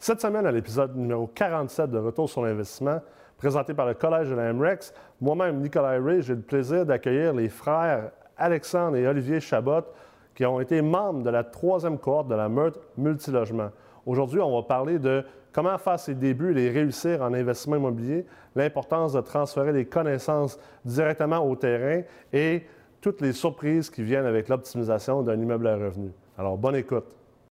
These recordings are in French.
Cette semaine, à l'épisode numéro 47 de Retour sur l'investissement, présenté par le Collège de la MREX, moi-même, Nicolas Ray, j'ai le plaisir d'accueillir les frères Alexandre et Olivier Chabot, qui ont été membres de la troisième cohorte de la Meurthe Multilogement. Aujourd'hui, on va parler de comment faire ses débuts et les réussir en investissement immobilier, l'importance de transférer les connaissances directement au terrain et toutes les surprises qui viennent avec l'optimisation d'un immeuble à revenu. Alors, bonne écoute.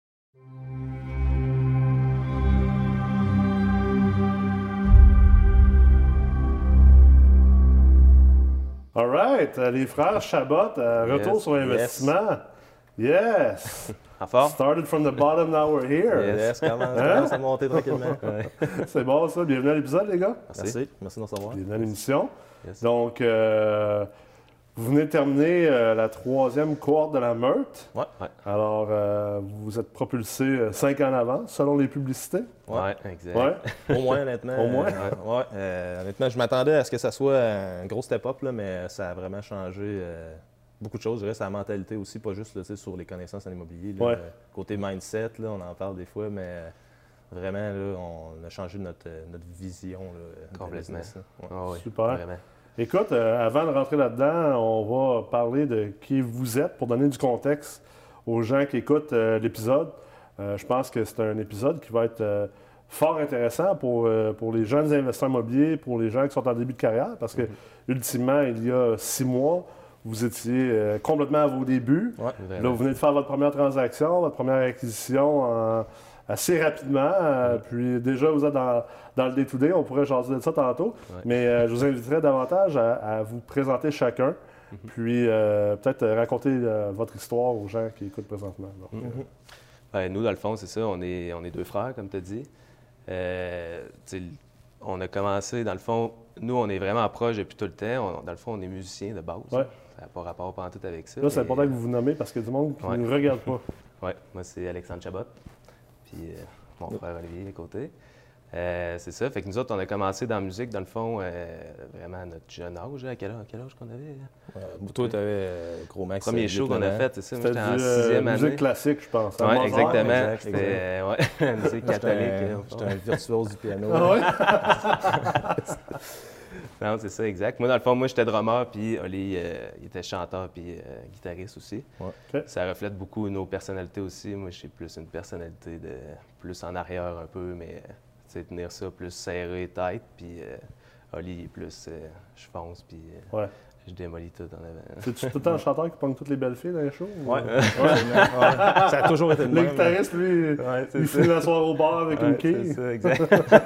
All right, les frères Chabot, retour sur l'investissement. Yes! En forme? Started from the bottom, now we're here. Yes, commence à monter tranquillement. C'est bon ça, bienvenue à l'épisode les gars. Merci de nous recevoir. Bienvenue à l'émission. Yes. Donc, vous venez de terminer la troisième cohorte de la Meurthe. Ouais. Alors, vous vous êtes propulsé 5 ans en avant, selon les publicités. Ouais, exact. Ouais. Au moins, honnêtement. Au moins? Honnêtement, je m'attendais à ce que ça soit un gros step-up, là, mais ça a vraiment changé beaucoup de choses. Je dirais, c'est la mentalité aussi, pas juste là, sur les connaissances en immobilier. Là, Ouais. Côté mindset, là, on en parle des fois, mais vraiment, là, on a changé notre vision. Là, Complètement. de business, là. Ouais. Ah oui, Super. Vraiment. Écoute, avant de rentrer là-dedans, on va parler de qui vous êtes pour donner du contexte aux gens qui écoutent l'épisode. Je pense que c'est un épisode qui va être fort intéressant pour les jeunes investisseurs immobiliers, pour les gens qui sont en début de carrière, parce que, ultimement, il y a 6 mois, vous étiez complètement à vos débuts. Ouais. Vraiment. Là, vous venez de faire votre première transaction, votre première acquisition assez rapidement. Puis déjà, vous êtes dans le day-to-day. On pourrait jaser de ça tantôt. Ouais. Mais je vous inviterai davantage à vous présenter chacun. Puis peut-être raconter votre histoire aux gens qui écoutent présentement. Donc, Ben, nous, dans le fond, c'est ça. On est deux frères, comme tu as dit. On a commencé, dans le fond, nous, on est vraiment proches depuis tout le temps. Dans le fond, on est musiciens de base. Ouais. Ça n'a pas rapport pantoute avec ça. là, c'est mais- important que vous vous nommez parce qu'il y a du monde qui Ouais. ne nous regarde pas. Oui, moi, c'est Alexandre Chabot. Puis mon frère Olivier à côté. C'est ça. Fait que nous autres, on a commencé dans la musique, dans le fond, vraiment à notre jeune âge. À quel âge qu'on avait? Là? Toi, tu avais gros max. Premier show qu'on a fait, c'est ça. Moi, C'était j'étais en du sixième année. musique classique, je pense. Oui, Mozart. exactement. exact, C'était ouais, musique catholique. J'étais un virtuose du piano. Ah ouais? Non, c'est ça, exact. Moi, dans le fond, j'étais drummer, puis Oli, il était chanteur, puis guitariste aussi. Ouais. OK. Ça reflète beaucoup nos personnalités aussi. Moi, j'ai plus une personnalité de plus en arrière un peu, mais tu sais, tenir ça plus serré, tête, puis Oli, il est plus je fonce, puis Ouais. je démolis tout en avant. C'est-tu tout le temps le chanteur qui pogne toutes les belles filles dans les shows? ou- Ouais. Ça a toujours été le Le même. guitariste, lui, il finit la soirée au bar avec une Ouais, quille. c'est ça, exact.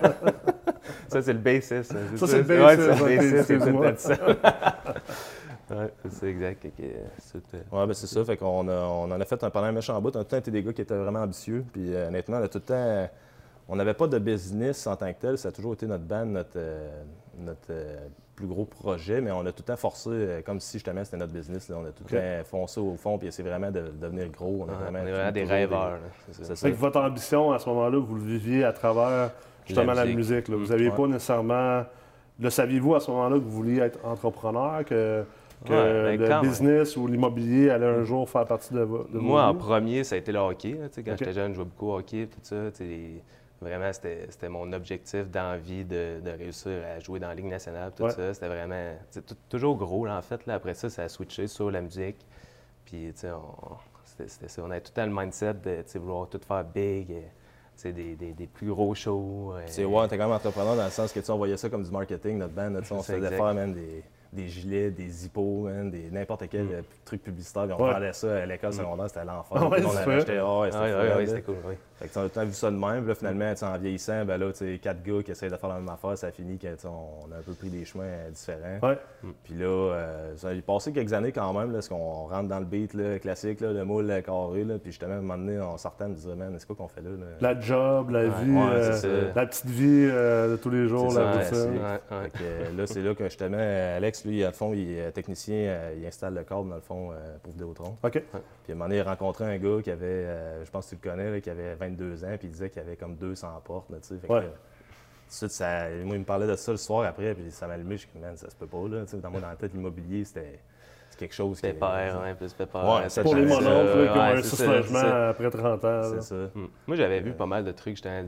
Ça, c'est le bassiste. Ça, c'est le Ouais, bassiste, c'est ok, le bassiste, c'est excuse-moi. peut-être ça. Ouais, c'est exact. Ouais, ben c'est ça. Fait qu'on on en a fait pendant un méchant bout. On a tout le temps été des gars qui étaient vraiment ambitieux. Puis honnêtement, on a tout le temps. On n'avait pas de business en tant que tel. Ça a toujours été notre band, notre plus gros projet. Mais on a tout le temps forcé, comme si justement c'était notre business. Là. On a tout le temps foncé au fond. Puis c'est vraiment de devenir gros. On On a est vraiment des toujours rêveurs. là, c'est ça. C'est ça. Fait que votre ambition, à ce moment-là, vous le viviez à travers justement la musique. Là. Vous n'aviez Ouais. pas nécessairement... Le saviez-vous à ce moment-là que vous vouliez être entrepreneur, que Ouais, ben, le quand même. business ou l'immobilier allait un jour faire partie de vos Moi, en vies? premier, ça a été le hockey. Là, tu sais, quand Ok. j'étais jeune, je jouais beaucoup au hockey, tout ça. Tu sais, vraiment, c'était mon objectif d'envie de réussir à jouer dans la Ligue nationale, tout Ouais. ça. C'était vraiment toujours gros, là, en fait. Là. Après ça a switché sur la musique. Puis, tu sais, c'était ça. On avait tout le temps le mindset de tu sais, vouloir tout faire big, tu sais, des plus gros shows. C'est ouais, t'es quand même entrepreneur dans le sens que tu sais, on voyait ça comme du marketing, notre band. Tu sais, on se C'est faisait exact. faire même des gilets, des hippos, n'importe quel truc publicitaire. Puis on Ouais. vendait ça à l'école secondaire, c'était l'enfer. Ah ouais, Puis on c'est avait vrai. acheté, c'était fou, là. c'était cool, oui. Fait que, tu sais, on a tout le temps vu ça de même. Puis là, finalement, tu sais, en vieillissant, ben là, tu sais, 4 gars qui essayent de faire la même affaire, ça a fini qu'on a un peu pris des chemins différents. Ouais. Puis là, ça a passé quelques années quand même, là, parce qu'on rentre dans le beat là, classique, là, le moule carré. Là, puis justement, à un moment donné, on sortait, on me disait, man, c'est quoi qu'on fait là? La job, la vie, ouais, c'est ça. la petite vie de tous les jours, C'est la ça, routine. Ouais. Fait que, là, c'est là que justement, Alex, lui, à fond, il est technicien, il installe le câble, dans le fond, pour Vidéotron. OK. Puis à un moment donné, il a rencontré un gars qui avait, je pense que tu le connais, là, qui avait 22 ans, puis il disait qu'il avait comme 200 portes, là, tu sais. Fait que, Ouais. tout de suite, moi, il me parlait de ça le soir après, puis ça m'a allumé. Je suis dit, man, ça se peut pas, là. Tu sais, dans la tête, l'immobilier, c'était c'est quelque chose qui Pépère, ouais, plus pépère. Ouais, ça Pour les change mononcles ça. là, qui ont Ouais, un c'est soulagement ça. après 30 ans. C'est là. ça. Moi, j'avais vu pas mal de trucs, justement,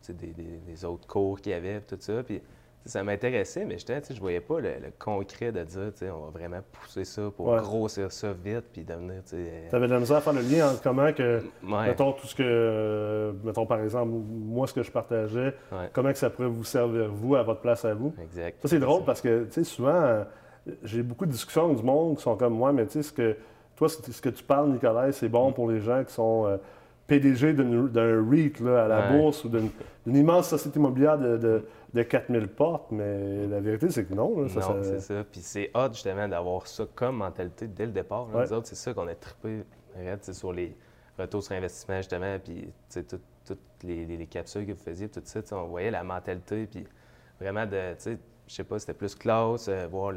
des autres cours qu'il y avait, tout ça. Puis ça m'intéressait, mais je voyais pas le concret de dire, on va vraiment pousser ça pour Ouais. grossir ça vite, puis devenir, Tu avais de la misère à faire le lien entre comment que, ouais, mettons, tout ce que, mettons par exemple, moi, ce que je partageais, ouais, comment que ça pourrait vous servir, vous, à votre place à vous. exact. Ça, c'est drôle parce que, tu sais, souvent, j'ai beaucoup de discussions avec du monde qui sont comme moi, mais tu sais, ce que tu parles, Nicolas, c'est bon pour les gens qui sont PDG d'un REIT là, à la Ouais. bourse ou d'une immense société immobilière de 4000 portes, mais la vérité, c'est que non. Là, Non, c'est ça. Puis c'est hot, justement, d'avoir ça comme mentalité dès le départ. Là. Ouais. Nous autres, c'est ça qu'on a trippé raide, sur les retours sur investissement, justement, puis toutes les capsules que vous faisiez, tout ça, on voyait la mentalité, puis vraiment de, je sais pas, c'était plus classe, voir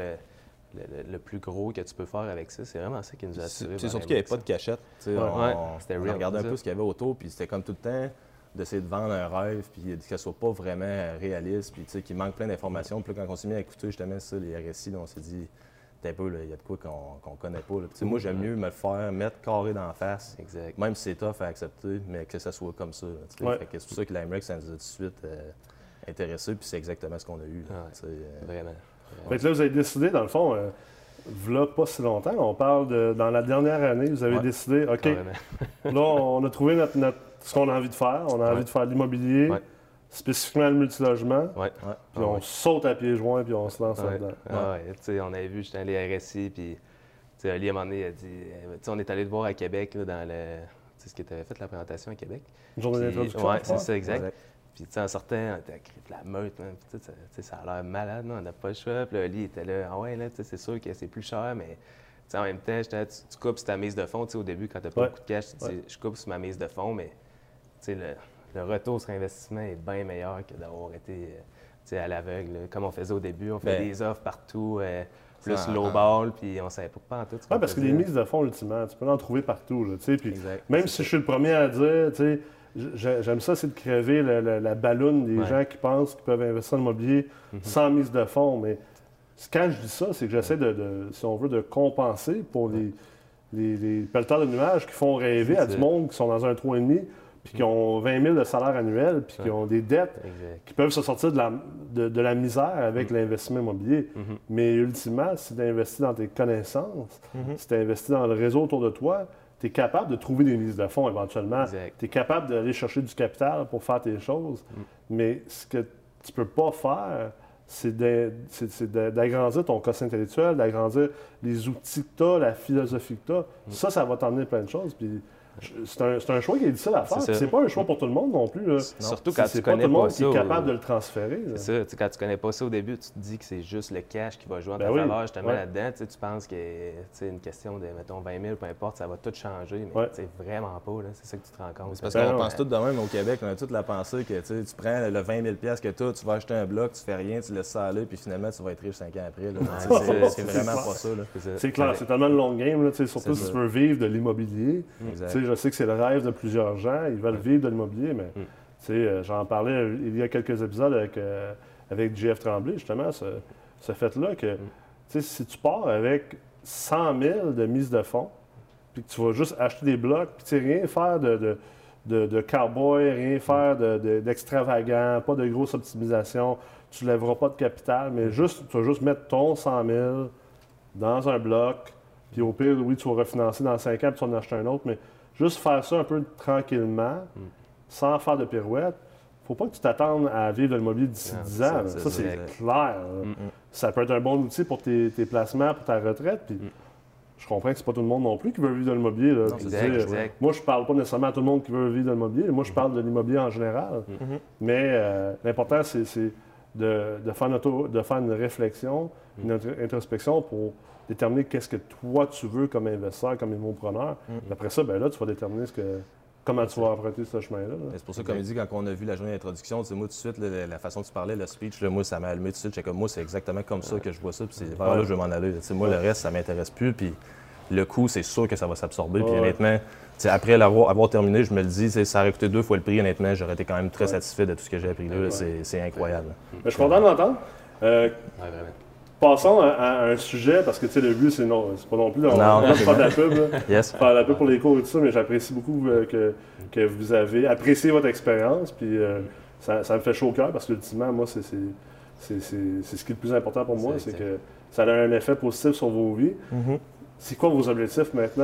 le plus gros que tu peux faire avec ça. C'est vraiment ça qui nous a attirés. C'est surtout qu'il n'y avait pas de cachette. Ouais. C'était On real, regardait un ça. peu ce qu'il y avait autour, puis c'était comme tout le temps d'essayer de vendre un rêve, puis que ce soit pas vraiment réaliste, puis qu'il manque plein d'informations. Puis là, quand on s'est mis à écouter justement ça, les RSI, là, on s'est dit, t'es un peu, il y a de quoi qu'on connaît pas. Là. Puis, moi, j'aime mieux me le faire, mettre carré d'en face, Exact. même si c'est tough à accepter, mais que ça soit comme ça. Là, Ouais. Fait que c'est pour ça que l'Amrex, ça nous a tout de suite intéressés, puis c'est exactement ce qu'on a eu. Là, Ouais. Vraiment. Fait que là, vous avez décidé, dans le fond, v'là pas si longtemps, on parle de, dans la dernière année, vous avez Ouais. décidé, OK, Carrément. là, on a trouvé ce qu'on a envie de faire. On a envie de faire de l'immobilier, Ouais. spécifiquement le multilogement. Ouais. Ouais. Puis on saute à pieds joints, puis on se lance Ouais. là-dedans. Ah ouais, tu sais, on avait vu, j'étais allé à RSI, puis tu sais, Ali, à un moment donné, il a dit, tu sais, on est allé te voir à Québec, là, dans le. Tu sais, ce que tu avais fait la présentation à Québec. Une journée Puis, d'introduction. ouais, je c'est crois. ça, exact. Exact. Puis, tu sais, en sortant, on était à crier de la meute, man. Puis, tu sais, ça a l'air malade, non? On n'a pas le choix. Puis là, Ali était là, ah ouais, là, tu sais, c'est sûr que c'est plus cher, mais. Tu sais, en même temps, tu coupes sur ta mise de fonds. Tu sais, au début, quand tu n'as pas Ouais. beaucoup de cash, tu dis, Ouais. je coupe sur ma mise de fonds, mais tu sais, le retour sur investissement est bien meilleur que d'avoir été tu sais, à l'aveugle. Là. Comme on faisait au début, on fait Ben, des offres partout, plus ça, low ball, puis on savait pas en tout. Oui, parce que les mises de fonds, ultimement, tu peux en trouver partout. Là, tu sais, puis Exact. même si je suis le premier à dire, tu sais, j'aime ça, c'est de crever la balloune des Ouais. gens qui pensent qu'ils peuvent investir en immobilier sans mise de fonds. Mais quand je dis ça, c'est que j'essaie si on veut, de compenser pour les pelleteurs de nuages qui font rêver à du monde qui sont dans un 3,5 puis qui ont 20 000 de salaire annuel, puis qui ont des dettes, Exact. qui peuvent se sortir de la misère avec l'investissement immobilier. Mais ultimement, si tu investis dans tes connaissances, si tu investis dans le réseau autour de toi, tu es capable de trouver des mises de fonds éventuellement. Exact. Tu es capable d'aller chercher du capital pour faire tes choses. Mais ce que tu peux pas faire, c'est d'agrandir ton quotient intellectuel, d'agrandir les outils que tu as, la philosophie que tu as. Ça va t'emmener plein de choses. Puis c'est un choix qui est difficile à faire. C'est Puis ça. c'est pas un choix pour tout le monde non plus. Là. Surtout quand C'est tu pas tout connais le monde pas qui ça. est capable de le transférer. là. C'est ça, tu sais, quand tu connais pas ça au début, tu te dis que c'est juste le cash qui va jouer en Ben ta oui, faveur, justement, ouais. là-dedans. Tu sais, tu penses que c'est une question de, mettons, 20 000, peu importe, ça va tout changer, mais Ouais. tu sais, vraiment pas, là. C'est ça que tu te rends compte. C'est parce Ben qu'on non. pense tout de même au Québec. On a toute la pensée que tu prends le 20 000 que tu vas acheter un bloc, tu fais rien, tu laisses ça aller, puis finalement, tu vas être riche 5 ans après. Là. C'est vraiment pas ça. Là. C'est clair, c'est tellement le long game, là, tu sais, surtout C'est si ça. tu veux vivre de l'immobilier. Exact. Tu sais, je sais que c'est le rêve de plusieurs gens, ils veulent vivre de l'immobilier, mais tu sais, j'en parlais il y a quelques épisodes avec JF Tremblay, justement, ce fait-là que tu sais, si tu pars avec 100 000 de mise de fonds, puis que tu vas juste acheter des blocs, puis tu sais, rien faire de cowboy, rien faire d'extravagant, pas de grosse optimisation, tu ne lèveras pas de capital, mais juste, tu vas juste mettre ton 100 000 dans un bloc, puis au pire, oui, tu vas refinancer dans 5 ans, puis tu vas en acheter un autre, mais juste faire ça un peu tranquillement, sans faire de pirouette. Faut pas que tu t'attendes à vivre de l'immobilier d'ici Non, 10 ans. là. c'est Ça, c'est exact. clair. là. Ça peut être un bon outil pour tes placements, pour ta retraite. Puis je comprends que c'est pas tout le monde non plus qui veut vivre de l'immobilier. Là. Puis, exact, tu sais, exact. moi, je parle pas nécessairement à tout le monde qui veut vivre de l'immobilier. Moi, je parle de l'immobilier en général. Mais l'important, c'est de faire une réflexion, une introspection pour déterminer qu'est-ce que toi, tu veux comme investisseur, comme immopreneur. Après ça, ben là, tu vas déterminer comment tu vas emprunter ce chemin-là. là. C'est pour ça, comme il dit, quand on a vu la journée d'introduction, moi, tout de suite, là, la façon dont tu parlais, le speech, là, moi, ça m'a allumé tout de suite. J'étais comme, moi, c'est exactement comme ça que je vois ça, puis c'est vers là que je vais m'en aller. Tu sais, moi, le reste, ça m'intéresse plus, puis le coût, c'est sûr que ça va s'absorber. Puis Ouais. honnêtement, tu sais, après avoir terminé, je me le dis, tu sais, ça aurait coûté 2 fois le prix, honnêtement, j'aurais été quand même très satisfait de tout ce que j'ai appris là. C'est incroyable. Mais je suis content de l'entendre. Ouais, vraiment. Passons à un sujet, parce que tu sais, le but, c'est pas non plus de faire de la pub, là, Yes. faire de la pub pour les cours et tout ça, mais j'apprécie beaucoup que vous avez apprécié votre expérience. Puis ça me fait chaud au cœur parce qu'ultimement, moi, c'est ce qui est le plus important pour moi, c'est que ça a un effet positif sur vos vies. C'est quoi vos objectifs maintenant?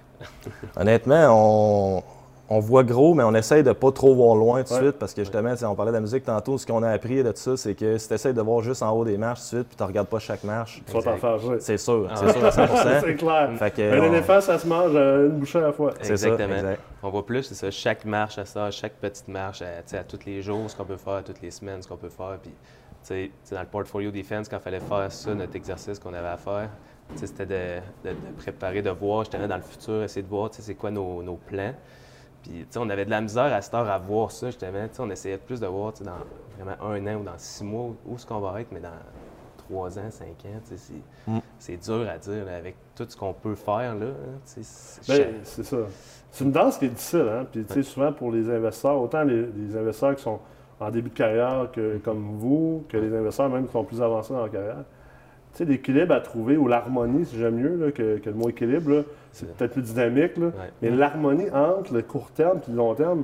Honnêtement, on voit gros, mais on essaye de pas trop voir loin tout de suite parce que justement, on parlait de la musique tantôt, ce qu'on a appris de ça, c'est que si tu essaies de voir juste en haut des marches tout de suite puis tu regardes pas chaque marche, Tu vas t'en faire jouer. c'est sûr à 100%. C'est clair. Fait que, un éléphant, ça se mange une bouchée à la fois. Exactement. Ça, exact. On voit plus, c'est ça, chaque marche à ça, chaque petite marche, à tous les jours, ce qu'on peut faire, toutes les semaines, ce qu'on peut faire. Puis, dans le portfolio defense, quand il fallait faire ça, notre exercice qu'on avait à faire, c'était de préparer, de voir, justement, dans le futur, essayer de voir c'est quoi nos plans. Puis, on avait de la misère à cette heure à voir ça, justement. On essayait plus de voir dans vraiment 1 an ou dans 6 mois où est-ce qu'on va être, mais dans 3 ans, 5 ans, c'est dur à dire là, avec tout ce qu'on peut faire. Là, c'est ça. C'est une danse qui est difficile. Hein? Puis, souvent pour les investisseurs, autant les investisseurs qui sont en début de carrière comme vous, que les investisseurs même qui sont plus avancés dans leur carrière. L'équilibre à trouver, ou l'harmonie, si j'aime mieux là, que le mot équilibre, là, c'est peut-être plus dynamique, là, mais l'harmonie entre le court terme et le long terme,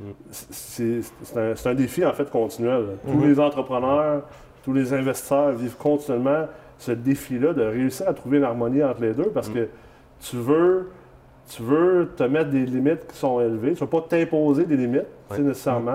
c'est un défi en fait continuel. Tous les entrepreneurs, tous les investisseurs vivent continuellement ce défi-là de réussir à trouver une harmonie entre les deux parce que tu veux te mettre des limites qui sont élevées, tu ne veux pas t'imposer des limites nécessairement.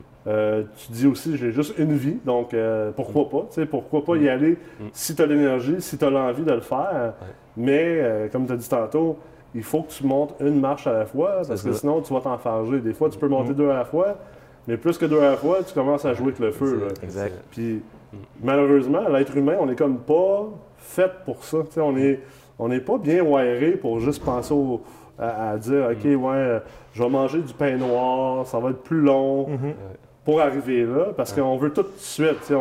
Tu dis aussi, j'ai juste une vie, donc pourquoi pas? Pourquoi pas y aller si tu as l'énergie, si tu as l'envie de le faire. Mais, comme tu as dit tantôt, il faut que tu montes une marche à la fois, parce que sinon, tu vas t'enfarger. Des fois, tu peux monter 2 à la fois, mais plus que 2 à la fois, tu commences à jouer avec le feu. Là. Exact. Puis, malheureusement, l'être humain, on est comme pas fait pour ça. On n'est pas bien wiré pour juste penser à dire, OK, je vais manger du pain noir, ça va être plus long. Pour arriver là, parce qu'on veut tout de suite.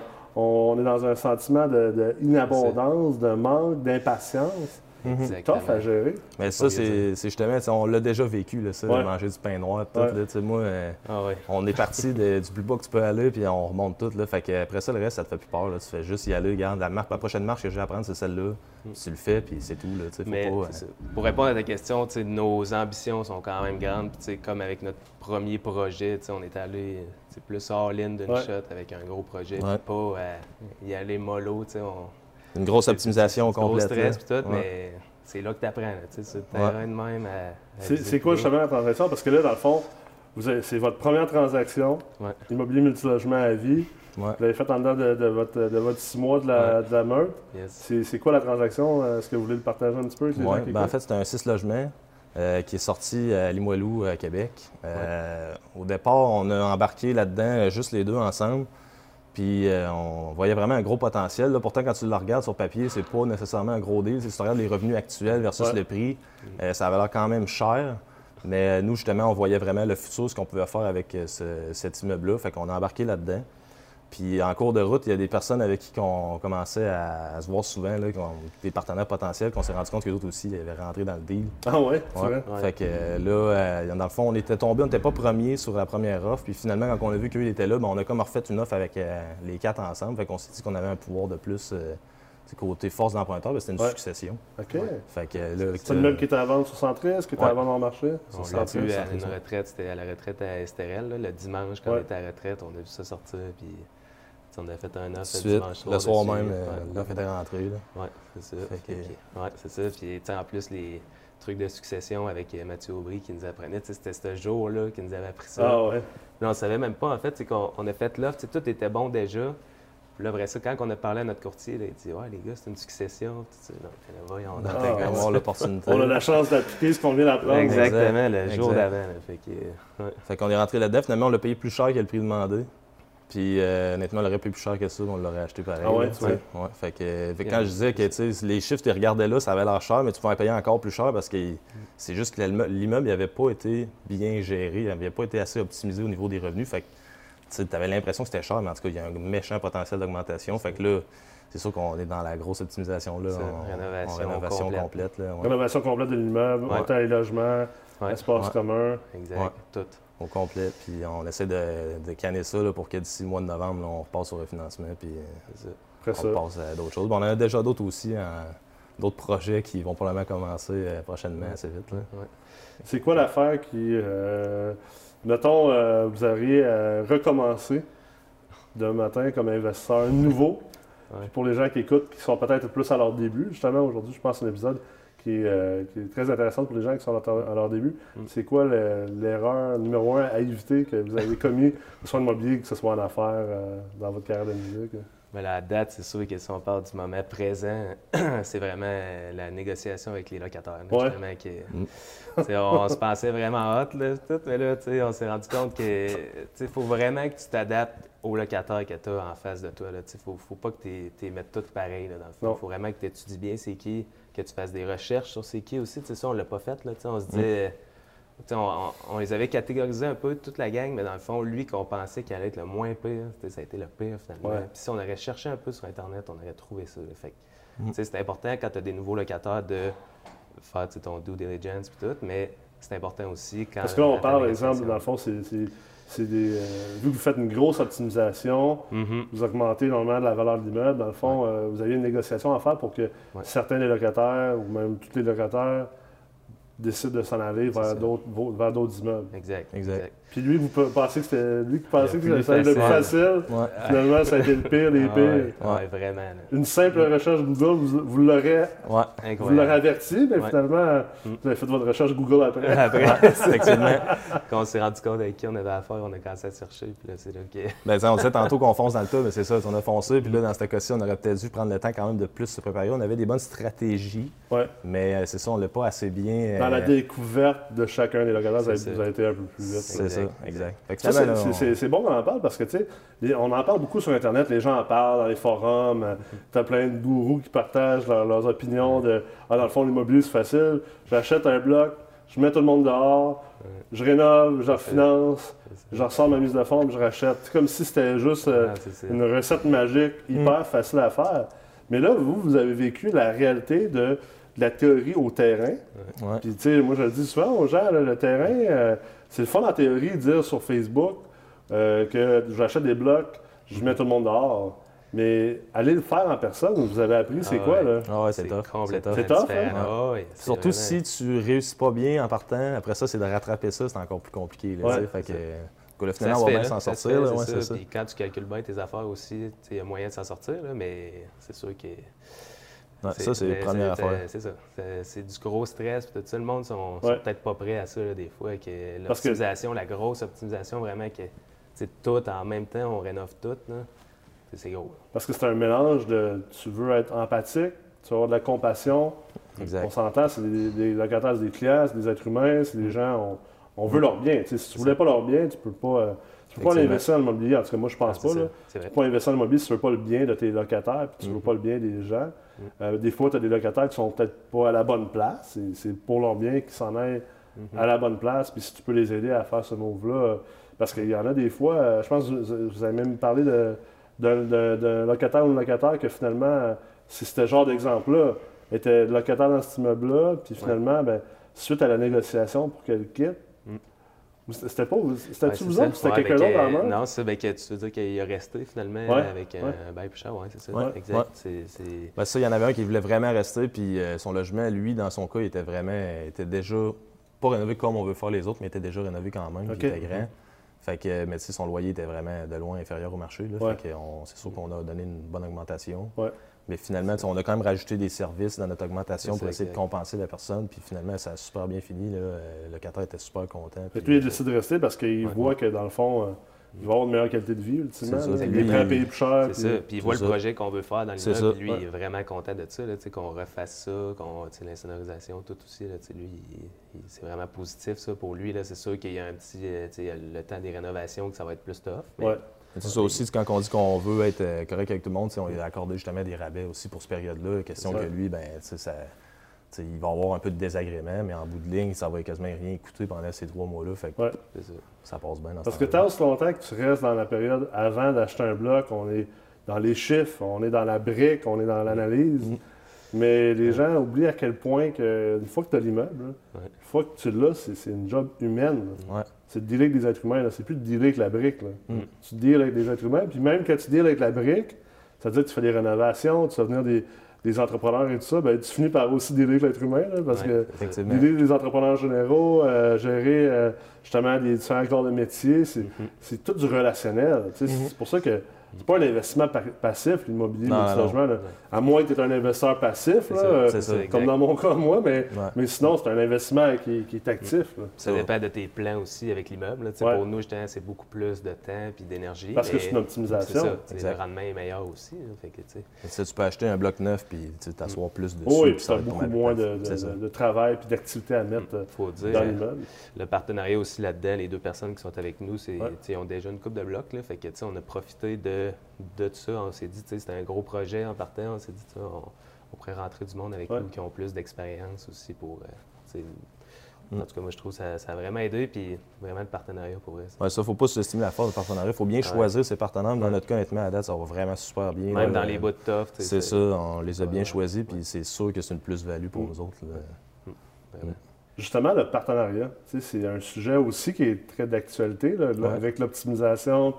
On est dans un sentiment d'inabondance, de manque, d'impatience. Tough à gérer. Mais ça, c'est justement, on l'a déjà vécu, là, ça, de manger du pain noir. Tout, là, moi, on est parti du plus bas que tu peux aller, puis on remonte tout. Là, fait que après ça, le reste, ça te fait plus peur. Là, tu fais juste y aller. Regarde, la prochaine marche que j'ai à prendre, c'est celle-là. Tu le fais, puis c'est tout. Là, mais pour répondre à ta question, nos ambitions sont quand même grandes. Comme avec notre premier projet, on est allé plus all-in d'une shot avec un gros projet, puis pas y aller mollo. Une grosse optimisation complète. Gros stress et tout, mais c'est là que tu apprends. C'est le terrain de même c'est quoi justement la transaction? Parce que là, dans le fond, c'est votre première transaction, immobilier multilogement à vie. Vous l'avez fait en dedans de votre 6 mois de la meute. Yes. C'est quoi la transaction? Est-ce que vous voulez le partager un petit peu avec les gens? En fait, c'est un 6 logements qui est sorti à Limoilou, à Québec. Au départ, on a embarqué là-dedans juste les deux ensemble. Puis on voyait vraiment un gros potentiel. Là, pourtant, quand tu le regardes sur papier, c'est pas nécessairement un gros deal. Si tu regardes les revenus actuels versus le prix, ça avait l'air quand même cher. Mais nous, justement, on voyait vraiment le futur, ce qu'on pouvait faire avec cet immeuble-là. Fait qu'on a embarqué là-dedans. Puis en cours de route, il y a des personnes avec qui on commençait à se voir souvent, là, des partenaires potentiels, qu'on s'est rendu compte que d'autres aussi avaient rentré dans le deal. Ah ouais? C'est vrai? Fait que là, dans le fond, on était tombé, on n'était pas premier sur la première offre. Puis finalement, quand on a vu qu'eux étaient là, on a comme refait une offre avec les 4 ensemble. Fait qu'on s'est dit qu'on avait un pouvoir de plus côté force d'emprunteur, c'était une succession. OK. Fait que là, c'est le meuble qui était à vendre sur Centris, qui était à vendre en marché? On l'a vu à une retraite, c'était à la retraite à Estérel, le dimanche, quand on était à la retraite, on a vu ça sortir. Puis on a fait un offre le dimanche soir. Le soir même, l'offre était rentrée. Oui, c'est ça. Ouais, c'est ça. Puis en plus, les trucs de succession avec Mathieu Aubry qui nous apprenait, c'était ce jour-là qu'il nous avait appris ça. Ah ouais. Là, on ne savait même pas, en fait, c'est qu'on a fait l'offre, tout était bon déjà. Puis là, après ça, quand on a parlé à notre courtier, là, il dit « Ouais, les gars, c'est une succession. » Voyons, on a l'opportunité. On a la chance d'appliquer ce qu'on vient d'apprendre. Exactement, le jour d'avant. Fait qu'on est rentré là-dedans. Finalement, on l'a payé plus cher que le prix demandé. Puis honnêtement, on l'aurait payé plus cher que ça, on l'aurait acheté pareil. Ah ouais, Fait que quand je disais que les chiffres, tu les regardais là, ça avait l'air cher, mais tu pouvais en payer encore plus cher parce que c'est juste que l'immeuble n'avait pas été bien géré, il n'avait pas été assez optimisé au niveau des revenus. Fait que tu avais l'impression que c'était cher, mais en tout cas, il y a un méchant potentiel d'augmentation. Fait que là, c'est sûr qu'on est dans la grosse optimisation, là, rénovation complète. Là, Rénovation complète de l'immeuble, hôtel et logement, espace commun. Exact, tout. Au complet. Puis on essaie de canner ça là, pour que d'ici le mois de novembre, là, on repasse au refinancement. Puis on passe à d'autres choses. Bon, on en a déjà d'autres aussi, d'autres projets qui vont probablement commencer prochainement assez vite. Là. Ouais. C'est quoi l'affaire qui, mettons, vous auriez recommencé d'un matin comme investisseur nouveau? Puis pour les gens qui écoutent, qui sont peut-être plus à leur début, justement, aujourd'hui, je pense à un épisode qui est très intéressant pour les gens qui sont à leur début. C'est quoi l'erreur numéro 1 à éviter que vous avez commis, que ce soit en immobilier, que ce soit en affaires, dans votre carrière de musique? Mais la date, c'est sûr que si on parle du moment présent, c'est vraiment la négociation avec les locataires. Là, justement, on se pensait vraiment hot, là, tout, mais là, on s'est rendu compte que faut vraiment que tu t'adaptes aux locataires que tu as en face de toi. Il ne faut pas que tu les mettes toutes pareilles. Là, dans le fond. Il faut vraiment que tu étudies bien c'est qui, que tu fasses des recherches sur c'est qui aussi. Ça, on ne l'a pas fait. Là, on se disait... On les avait catégorisés un peu, toute la gang, mais dans le fond, lui qu'on pensait qu'il allait être le moins pire, ça a été le pire finalement. Ouais. Puis si on aurait cherché un peu sur Internet, on aurait trouvé ça. Fait c'est important quand tu as des nouveaux locataires de faire ton due diligence et tout, mais c'est important aussi quand... Parce que là, on parle, par exemple, dans le fond, c'est des... vu que vous faites une grosse optimisation, vous augmentez énormément la valeur de l'immeuble, dans le fond, vous avez une négociation à faire pour que certains des locataires, ou même tous les locataires, décide de s'en aller vers d'autres immeubles. Exact. Puis lui, vous pensez que c'était lui qui pensait que c'était le plus facile. Finalement, ça a été le pire des pires. Oui, vraiment. Là. Une simple recherche Google, vous l'aurez averti, mais finalement, vous avez fait votre recherche Google après. Effectivement. Quand on s'est rendu compte avec qui on avait affaire, on a commencé à chercher, puis là, c'est là que... Bien, on disait tantôt qu'on fonce dans le tas, mais c'est ça, on a foncé, puis là, dans ce cas-ci, on aurait peut-être dû prendre le temps quand même de plus se préparer. On avait des bonnes stratégies, mais c'est ça, on ne l'a pas assez bien... Dans la découverte de chacun des locataires, vous avez été un peu plus vite. C'est ça, exact. C'est bon qu'on en parle parce que, tu sais, on en parle beaucoup sur Internet, les gens en parlent dans les forums, tu as plein de gourous qui partagent leurs opinions de « Ah, dans le fond, l'immobilier, c'est facile, j'achète un bloc, je mets tout le monde dehors, je rénove, je refinance, je ressors ma mise de fonds, je rachète. » C'est comme si c'était juste une recette magique hyper facile à faire. Mais là, vous avez vécu la réalité de la théorie au terrain. Puis, tu sais, moi, je le dis souvent aux gens, là, le terrain, c'est le fun en théorie de dire sur Facebook que j'achète des blocs, je mets tout le monde dehors. Mais aller le faire en personne, vous avez appris, c'est quoi, là? Ah ouais, c'est tough. C'est tough, hein? Surtout si tu réussis pas bien en partant, après ça, c'est de rattraper ça, c'est encore plus compliqué. Là, fait que le finalement, on va bien s'en sortir. C'est ça. Puis quand tu calcules bien tes affaires aussi, il y a moyen de s'en sortir, là, mais c'est sûr que... ça, c'est la première affaire. C'est ça. C'est du gros stress. Puis tout ça, le monde sont peut-être pas prêts à ça, là, des fois. Que l'optimisation, la grosse optimisation, vraiment, que tout en même temps, on rénove tout. C'est gros. Parce que c'est un mélange de tu veux être empathique, tu veux avoir de la compassion. Exact. On s'entend, c'est des locataires, c'est des clients, c'est des êtres humains, c'est des gens, on veut leur bien. Si tu ne voulais pas leur bien, tu peux pas investir dans l'immobilier. En tout cas, moi, je pense pas. Tu peux pas investir dans l'immobilier si tu ne veux pas le bien de tes locataires puis tu ne veux pas le bien des gens. Des fois, tu as des locataires qui sont peut-être pas à la bonne place. C'est pour leur bien qu'ils s'en aillent à la bonne place. Puis si tu peux les aider à faire ce move-là, parce qu'il y en a des fois, je pense que vous avez même parlé d'un locataire ou une locataire que finalement, si ce genre d'exemple-là, était locataire dans cet immeuble-là, puis finalement, suite à la négociation pour qu'elle quitte, c'était c'était-tu vous autres ou c'était quelqu'un d'autre en main? Non, c'est que tu veux dire qu'il a resté finalement avec un bail plus cher, c'est ça. Exact. Ça, il y en avait un qui voulait vraiment rester, puis son logement, lui, dans son cas, il était déjà pas rénové comme on veut faire les autres, mais il était déjà rénové quand même, il était grand. Fait que, mais son loyer était vraiment de loin inférieur au marché. Là, fait que c'est sûr qu'on a donné une bonne augmentation. Mais finalement, on a quand même rajouté des services dans notre augmentation pour essayer de compenser la personne. Puis finalement, ça a super bien fini. Là. Le locataire était super content. Puis lui, il décide de rester parce qu'il voit que dans le fond, il va avoir une meilleure qualité de vie, ultimement. Il est prêt à payer plus cher. C'est ça. Puis il voit le projet qu'on veut faire dans l'immeuble. Lui, il est vraiment content de ça, qu'on refasse ça, l'insonorisation, tout aussi. Là, lui, c'est vraiment positif ça pour lui. C'est sûr qu'il y a un petit le temps des rénovations que ça va être plus tough. Mais... C'est ça aussi, quand on dit qu'on veut être correct avec tout le monde, on lui a accordé justement des rabais aussi pour cette période-là. Question que lui, il va avoir un peu de désagrément, mais en bout de ligne, ça va quasiment rien coûter pendant ces 3 mois-là. Fait que ça passe bien dans Parce que tant aussi longtemps que tu restes dans la période avant d'acheter un bloc, on est dans les chiffres, on est dans la brique, on est dans l'analyse. Mais les gens oublient à quel point une fois que tu as l'immeuble, Ouais. une fois que tu l'as, c'est une job humaine. Là. Ouais. C'est de dealer avec des êtres humains. Là. C'est plus de dealer avec la brique. Là. Mm. Tu deals avec des êtres humains. Puis même quand tu deals avec la brique, ça veut dire que tu fais des rénovations, tu fais venir des entrepreneurs et tout ça, ben, tu finis par aussi dealer avec l'être humain. Là, parce Ouais, que Effectivement. dealer avec des entrepreneurs généraux, gérer justement des différents corps de métier, c'est tout du relationnel. Tu sais, C'est pour ça que c'est pas un investissement passif, l'immobilier, Non, multilogement. Là. À moins que tu es un investisseur passif, là, C'est ça, comme dans mon cas, moi, mais sinon, c'est un investissement qui est actif. Là. Ça dépend de tes plans aussi avec l'immeuble. là. Tu sais, Ouais. Pour nous, justement, c'est beaucoup plus de temps et d'énergie. Parce que mais c'est une optimisation. C'est ça. Le Exact. rendement est meilleur aussi. Là. Fait que, tu sais, Et ça, tu peux acheter un bloc neuf puis t'asseoir plus dessus. Oui, puis puis ça tu as va être pas beaucoup mal moins plus facile. C'est ça. de travail et d'activité à mettre faut dire, dans l'immeuble. le partenariat aussi là-dedans, les deux personnes qui sont avec nous, Ouais. ils ont déjà une coupe de blocs. Là, fait que, tu sais, on a profité de tout ça. On s'est dit, tu sais, c'était un gros projet en partant. On s'est dit, tu sais, on pourrait rentrer du monde avec Ouais. nous qui ont plus d'expérience aussi pour. Tu sais, En tout cas, moi, je trouve que ça a vraiment aidé. Puis vraiment, le partenariat pour vrai. Ouais, ça, faut pas sous-estimer la force du partenariat. Il faut bien choisir ses partenaires. Dans notre cas, honnêtement, à date, ça va vraiment super bien. Même là. dans les bouts de tough. tu sais, C'est ça, on les a bien Ouais. choisis, puis c'est sûr que c'est une plus-value pour nous autres. là. Vraiment. Justement, le partenariat, tu sais, c'est un sujet aussi qui est très d'actualité, là, Ouais. avec l'optimisation,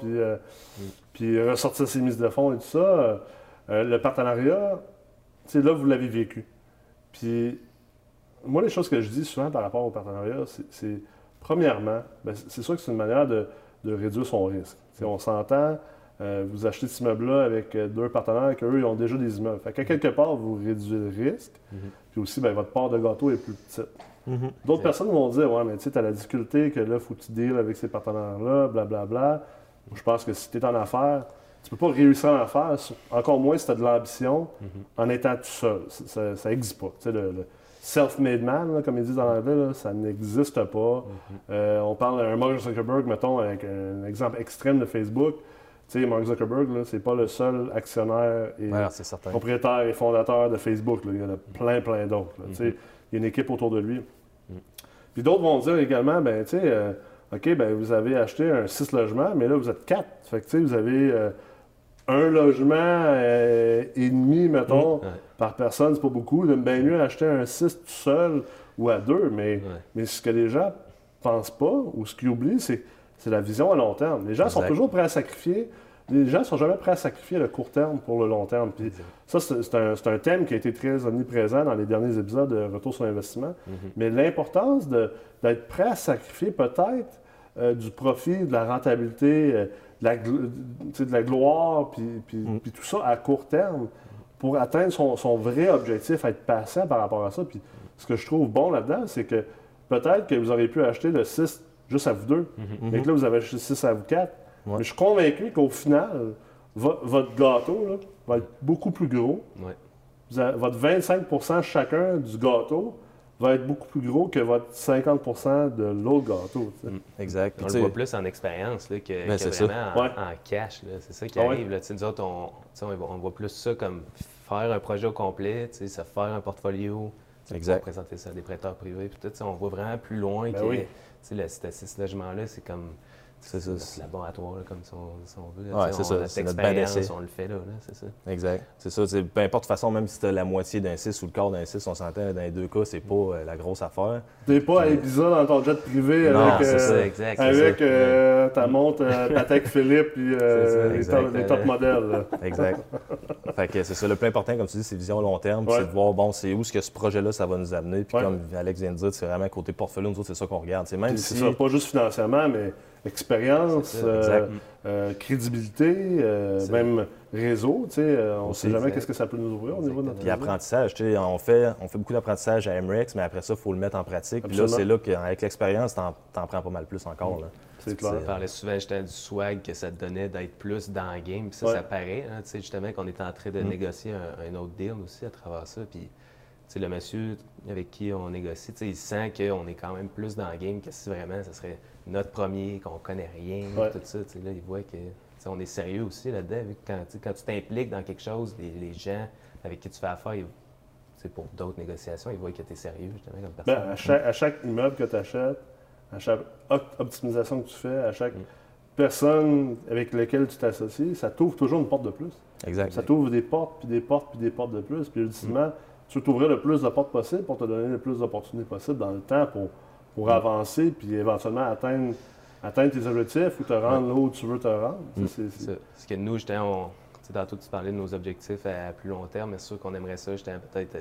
puis ressortir ses mises de fonds et tout ça. Le partenariat, tu sais, là, vous l'avez vécu. Puis, moi, les choses que je dis souvent par rapport au partenariat, c'est premièrement, ben, c'est sûr que c'est une manière de réduire son risque. Tu sais, on s'entend, vous achetez cet immeuble-là avec deux partenaires, qu'eux, ils ont déjà des immeubles. Fait qu'à quelque part, vous réduisez le risque, puis aussi, ben, votre part de gâteau est plus petite. D'autres personnes vont dire, ouais, mais tu sais, as la difficulté que là, il faut que tu deals avec ces partenaires-là, blablabla. Je pense que si tu es en affaires, tu peux pas réussir en affaires, encore moins si tu as de l'ambition, en étant tout seul. Ça n'existe pas. Tu sais, le self-made man, là, comme ils disent en anglais, là, ça n'existe pas. On parle d'un Mark Zuckerberg, mettons, avec un exemple extrême de Facebook. Tu sais, Mark Zuckerberg, là, c'est pas le seul actionnaire et Ouais, c'est certain. propriétaire et fondateur de Facebook. Là. Il y en a plein d'autres. Là. Tu sais, il y a une équipe autour de lui. Puis d'autres vont dire également, ben tu sais, OK, ben vous avez acheté un 6 logements, mais là, vous êtes 4. Fait que tu sais, vous avez un logement et demi, mettons, Ouais. par personne, c'est pas beaucoup. De bien mieux acheter un 6 tout seul ou à deux. Mais ce que les gens pensent pas, ou ce qu'ils oublient, c'est la vision à long terme. Les gens sont Exact. toujours prêts à sacrifier. Les gens sont jamais prêts à sacrifier le court terme pour le long terme. Puis ça, c'est un thème qui a été très omniprésent dans les derniers épisodes de Retour sur l'investissement. Mais l'importance d'être prêt à sacrifier peut-être du profit, de la rentabilité, de la gloire, puis tout ça à court terme pour atteindre son vrai objectif, être patient par rapport à ça. Puis ce que je trouve bon là-dedans, c'est que peut-être que vous auriez pu acheter le 6 juste à vous deux, mais que là, vous avez acheté 6 à vous quatre. Ouais. Mais je suis convaincu qu'au final, votre gâteau là, va être beaucoup plus gros. Ouais. Votre 25 chacun du gâteau va être beaucoup plus gros que votre 50 de l'autre gâteau. Tu sais. Exact. On Puis, le voit tu plus en expérience là, que c'est ça. vraiment en, Ouais. en cash. là. C'est ça qui Ah ouais. arrive. Là. Tu sais, Nous autres, on voit plus ça comme faire un projet au complet, tu sais, se faire un portfolio, tu sais, Exact. pouvoir présenter ça à des prêteurs privés. Puis tout, tu sais, on voit vraiment plus loin Ben que oui. tu sais, ce logement-là, c'est comme C'est ça, notre laboratoire, là, comme si on veut. là. Ouais, Tu sais, c'est ça, Notre c'est notre banc expérience, d'essai. on le fait là, c'est ça. Exact. C'est ça. Peu importe de toute façon, même si tu as la moitié d'un 6 ou le quart d'un 6, on s'entend, dans les deux cas, c'est pas la grosse affaire. T'es pas à Ibiza dans ton jet privé Non, avec, c'est ça, exact, c'est avec ça. ta montre Patek Philippe puis ça, exact. les top modèles. là. Exact. Fait que c'est ça. Le plus important, comme tu dis, c'est vision long terme. Puis Ouais. c'est de voir, bon, c'est où ce que ce projet-là, ça va nous amener. Puis Ouais. comme Alex vient de dire, c'est vraiment côté portfolio, nous autres, c'est ça qu'on regarde. C'est même C'est si... ça, pas juste financièrement, mais expérience, C'est ça, exact. crédibilité, C'est même réseau. Tu sais, on ne Aussi, sait jamais exact. qu'est-ce que ça peut nous ouvrir au niveau de notre Puis réseau. apprentissage, tu sais, on fait beaucoup d'apprentissage à MREX, mais après ça, il faut le mettre en pratique. Puis là, Absolument. c'est là qu'avec l'expérience, t'en prends pas mal plus encore. Là. C'est clair. On parlait souvent justement du swag que ça te donnait d'être plus dans le game. Puis ça, Ouais. ça paraît. Hein, tu sais, justement, qu'on est en train de négocier un autre deal aussi à travers ça. Puis, tu sais, le monsieur avec qui on négocie, tu sais, il sent qu'on est quand même plus dans le game que si vraiment ça serait notre premier, qu'on connaît rien, Ouais. tout ça. Tu sais, là, il voit que tu sais, on est sérieux aussi là-dedans. Vu que quand tu t'impliques dans quelque chose, les gens avec qui tu fais affaire, tu sais, pour d'autres négociations, ils voient que tu es sérieux, justement, comme personne. Ben, à chaque immeuble que tu achètes, à chaque optimisation que tu fais, à chaque personne avec laquelle tu t'associes, ça t'ouvre toujours une porte de plus. Exact. Ça t'ouvre des portes, puis des portes, puis des portes de plus. Puis ultimement, tu veux t'ouvrir le plus de portes possible pour te donner le plus d'opportunités possibles dans le temps pour avancer puis éventuellement atteindre tes objectifs ou te rendre là où tu veux te rendre. C'est que nous, justement, tantôt tu parlais de nos objectifs à plus long terme, mais c'est sûr qu'on aimerait ça, justement, peut-être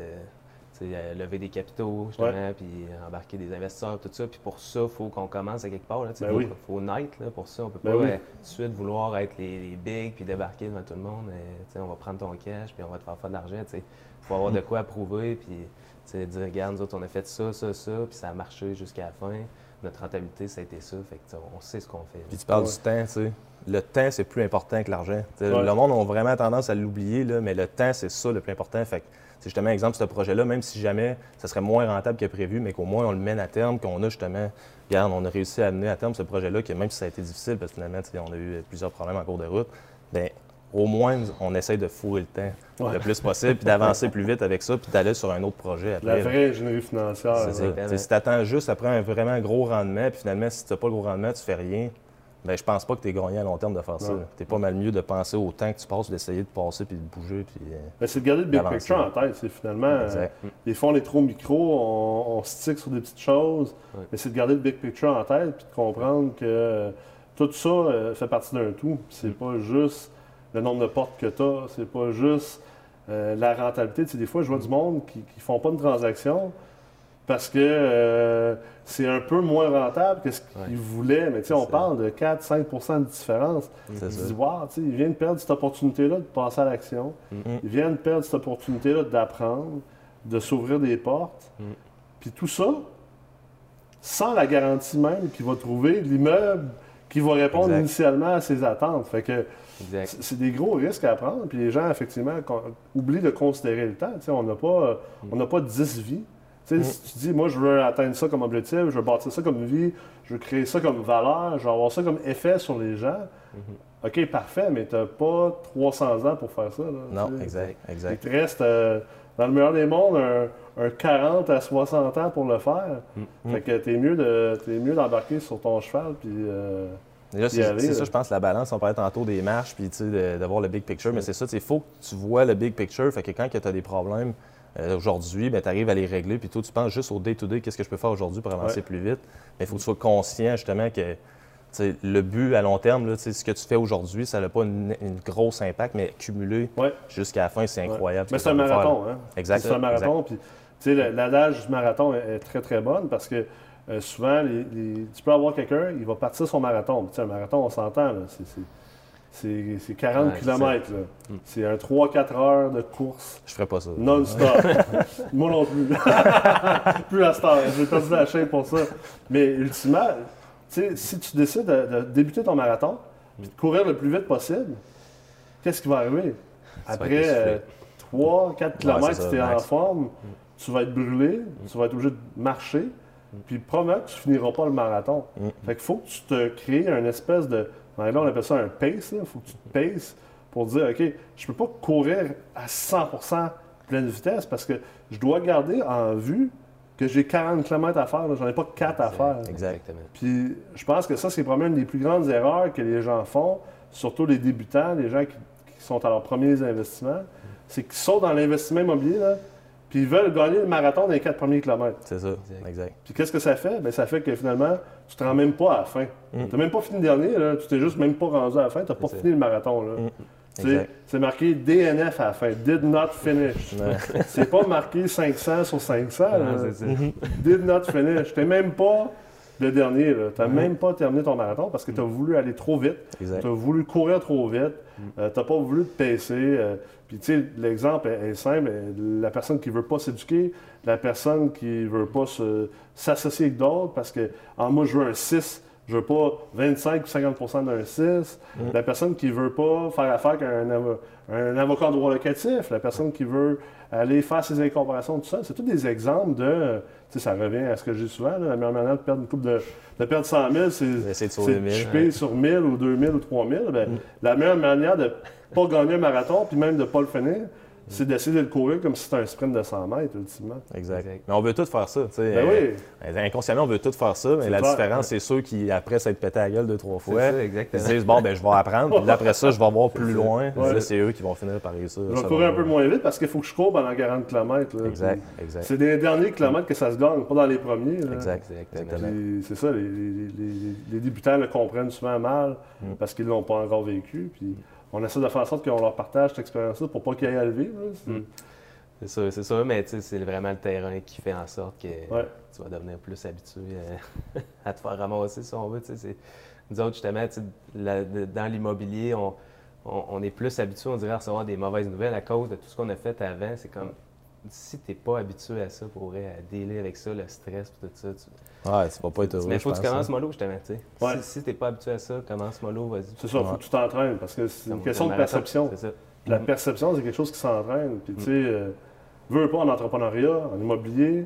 lever des capitaux, justement, puis embarquer des investisseurs, tout ça. Puis pour ça, il faut qu'on commence à quelque part. Il faut naître là, pour ça. On ne peut pas tout de suite vouloir être les bigs puis débarquer devant tout le monde. On va prendre ton cash puis on va te faire de l'argent. Il faut avoir de quoi prouver puis dire, regarde, nous autres, on a fait ça, ça, ça, puis ça a marché jusqu'à la fin. Notre rentabilité, ça a été ça. Fait que, on sait ce qu'on fait. Puis tu parles du temps, tu sais. Le temps, c'est plus important que l'argent. Le monde a vraiment tendance à l'oublier, mais le temps, c'est ça le plus important. Fait que, justement, exemple, ce projet-là, même si jamais ça serait moins rentable que prévu, mais qu'au moins on le mène à terme, qu'on a justement, regarde, on a réussi à mener à terme ce projet-là, que même si ça a été difficile, parce que finalement, on a eu plusieurs problèmes en cours de route, bien, au moins, on essaye de fourrer le temps le plus possible, puis d'avancer plus vite avec ça, puis d'aller sur un autre projet après. La vraie ingénierie financière. C'est ça. Si tu attends juste après un vraiment gros rendement, puis finalement, si tu n'as pas le gros rendement, tu fais rien, bien, je pense pas que tu es gagnant à long terme de faire ça. Tu es pas mal mieux de penser au temps que tu passes, d'essayer de passer, puis de bouger. Puis, c'est de garder le big picture en tête. C'est finalement, des fois, on est trop micro, on stick sur des petites choses, mais c'est de garder le big picture en tête, puis de comprendre que tout ça fait partie d'un tout. C'est pas juste le nombre de portes que tu as, c'est pas juste la rentabilité. Tu sais, des fois, je vois du monde qui ne font pas de transaction parce que c'est un peu moins rentable que ce qu'ils voulaient. Mais tu sais, on parle de 4-5 de différence. Ils disent, wow, tu sais, ils viennent perdre cette opportunité-là de passer à l'action. Ils viennent perdre cette opportunité-là d'apprendre, de s'ouvrir des portes. Puis tout ça, sans la garantie même qu'il va trouver l'immeuble qui va répondre initialement à ses attentes. Fait que c'est des gros risques à prendre. Puis les gens, effectivement, oublient de considérer le temps. Tu sais, on n'a pas 10 vies. Tu sais, si tu dis, moi, je veux atteindre ça comme objectif, je veux bâtir ça comme vie, je veux créer ça comme valeur, je veux avoir ça comme effet sur les gens. OK, parfait, mais tu n'as pas 300 ans pour faire ça. Là, non, exact. Il te reste, dans le meilleur des mondes, un 40 à 60 ans pour le faire. Fait que t'es mieux d'embarquer sur ton cheval, puis... Et là, c'est ça, je pense, la balance. On parlait tantôt des marches, puis de voir le big picture. Mais c'est ça, il faut que tu vois le big picture. Fait que quand tu as des problèmes aujourd'hui, tu arrives à les régler. Puis toi, tu penses juste au day-to-day, qu'est-ce que je peux faire aujourd'hui pour avancer plus vite. Mais il faut que tu sois conscient, justement, que le but à long terme, là, ce que tu fais aujourd'hui, ça n'a pas une grosse impact, mais cumulé jusqu'à la fin, c'est incroyable. Mais c'est un marathon. Hein? Exact. C'est un marathon. Puis, l'adage du marathon est très, très bonne parce que souvent, tu peux avoir quelqu'un, il va partir son marathon. Un marathon, on s'entend, c'est 40 km. C'est un 3-4 heures de course. Je ferais pas ça. Non-stop. Moi non plus. Plus à cette heure. J'ai perdu la chaîne pour ça. Mais ultimement, si tu décides de débuter ton marathon et de courir le plus vite possible, qu'est-ce qui va arriver? Après 3-4 km, si tu es en forme, tu vas être brûlé, tu vas être obligé de marcher. Puis probablement que tu finiras pas le marathon. Fait qu'il faut que tu te crées une espèce de... Là, on appelle ça un pace. Il faut que tu te paces pour dire, OK, je peux pas courir à 100% pleine vitesse parce que je dois garder en vue que j'ai 40 km à faire. J'en ai pas 4 à faire. Exactement. Puis je pense que ça, c'est probablement une des plus grandes erreurs que les gens font, surtout les débutants, les gens qui sont à leurs premiers investissements. C'est qu'ils sont dans l'investissement immobilier, là, puis ils veulent gagner le marathon dans les 4 premiers kilomètres. C'est ça, exact. Puis qu'est-ce que ça fait? Bien, ça fait que finalement, tu ne te rends même pas à la fin. Tu n'as même pas fini le dernier, là. Tu t'es juste même pas rendu à la fin, tu n'as pas fini le marathon. Là. C'est marqué DNF à la fin, Did Not Finish. C'est pas marqué 500 sur 500. Did Not Finish. Tu n'es même pas le dernier. Tu n'as même pas terminé ton marathon parce que tu as voulu aller trop vite. Tu as voulu courir trop vite. Tu n'as pas voulu te pacer. Puis, tu sais, l'exemple est simple. La personne qui ne veut pas s'éduquer, la personne qui ne veut pas s'associer avec d'autres parce que, moi, je veux un 6, je veux pas 25 ou 50 d'un 6. La personne qui ne veut pas faire affaire avec un avocat en droit locatif, la personne qui veut aller faire ses incorporations, tout ça, c'est tous des exemples de... Tu sais, ça revient à ce que je dis souvent, là, la meilleure manière de perdre une coupe de perdre 100 000, c'est de chipper sur 1000 ou 2000 ou 3000. La meilleure manière de ne pas gagner un marathon, puis même de ne pas le finir, c'est d'essayer de le courir comme si c'était un sprint de 100 mètres, ultimement. Exact. Exact. Mais on veut tout faire ça. Ben oui. Inconsciemment, on veut tout faire ça, mais C'est la clair. différence, c'est ceux qui, après s'être pété la gueule 2-3 fois, C'est ça, ils exactement. se disent, bon, ben je vais apprendre, puis là, après ça, je vais voir plus loin. Ouais. Là, c'est eux qui vont finir par réussir. Je vais courir un peu moins vite parce qu'il faut que je cours pendant 40 km. Là. Exact, Puis exact. C'est des derniers kilomètres que ça se gagne, pas dans les premiers. Là. Exact, Exactement. Puis c'est ça, les débutants le comprennent souvent mal parce qu'ils ne l'ont pas encore vécu. Puis on essaie de faire en sorte qu'on leur partage cette expérience-là pour pas qu'ils aillent à le vivre. Là. C'est ça, mais tu sais, c'est vraiment le terrain qui fait en sorte que Ouais. tu vas devenir plus habitué à te faire ramasser, si on veut. Tu sais, nous autres, justement, tu sais, dans l'immobilier, on est plus habitué, on dirait, à recevoir des mauvaises nouvelles à cause de tout ce qu'on a fait avant. C'est comme, si tu n'es pas habitué à ça, pour vrai, à dealer avec ça, le stress et tout ça, Ouais, tu vas pas être heureux. mais il faut que tu je pense, commences hein. mollo, justement. Tu sais. Ouais. Si tu n'es pas habitué à ça, commence mollo, vas-y. C'est ça, il faut que tu t'entraînes parce que c'est une Comme question le de marathon, perception. C'est ça. La perception, c'est quelque chose qui s'entraîne. Puis tu sais, veux pas en entrepreneuriat, en immobilier.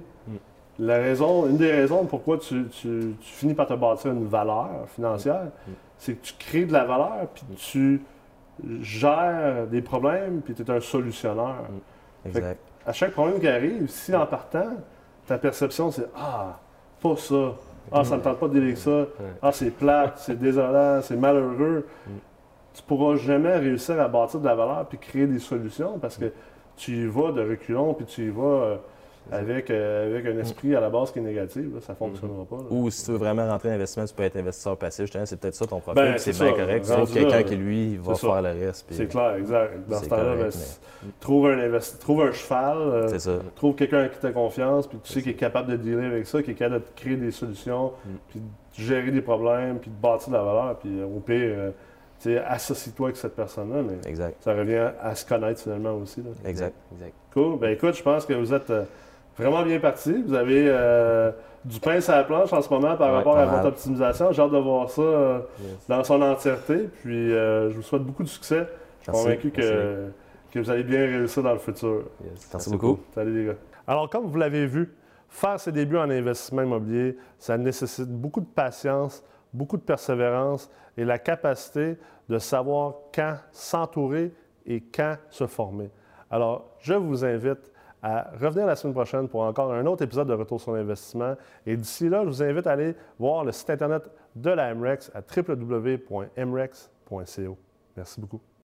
Une des raisons pourquoi tu finis par te bâtir une valeur financière, c'est que tu crées de la valeur, puis tu gères des problèmes, puis tu es un solutionneur. Exact. À chaque problème qui arrive, si en partant, ta perception c'est ah, pas ça. Ah, ça ne me tente pas de dire ça. Ah, c'est plate, c'est désolant, c'est malheureux. Tu pourras jamais réussir à bâtir de la valeur puis créer des solutions parce que tu y vas de reculons puis tu y vas avec un esprit à la base qui est négatif. Là, ça ne fonctionnera pas. Là. Ou si tu veux vraiment rentrer en investissement, tu peux être investisseur passif. Justement, c'est peut-être ça ton profil, Ben, puis c'est c'est bien ça. correct. Rendu Sauf quelqu'un là, qui, lui, va c'est faire ça. le reste. puis C'est clair, exact. Dans c'est ce temps-là, correct, trouve un cheval, c'est ça. trouve quelqu'un qui t'a confiance, puis tu sais qui est capable de dealer avec ça, qui est capable de créer des solutions, puis de gérer des problèmes, puis de bâtir de la valeur, puis au pire, tu sais, associe-toi avec cette personne-là, mais Exact. ça revient à se connaître finalement aussi. Là. Exact. Cool. Ben écoute, je pense que vous êtes vraiment bien parti. Vous avez du pain sur la planche en ce moment par Ouais, rapport pas à mal. votre optimisation. J'ai hâte de voir ça dans son entièreté. Puis je vous souhaite beaucoup de succès. Je suis Merci. convaincu que vous allez bien réussir dans le futur. Merci beaucoup. Salut les gars. Alors, comme vous l'avez vu, faire ses débuts en investissement immobilier, ça nécessite beaucoup de patience, beaucoup de persévérance et la capacité de savoir quand s'entourer et quand se former. Alors, je vous invite à revenir la semaine prochaine pour encore un autre épisode de Retour sur l'investissement. Et d'ici là, je vous invite à aller voir le site Internet de la MREX à www.mrex.co. Merci beaucoup.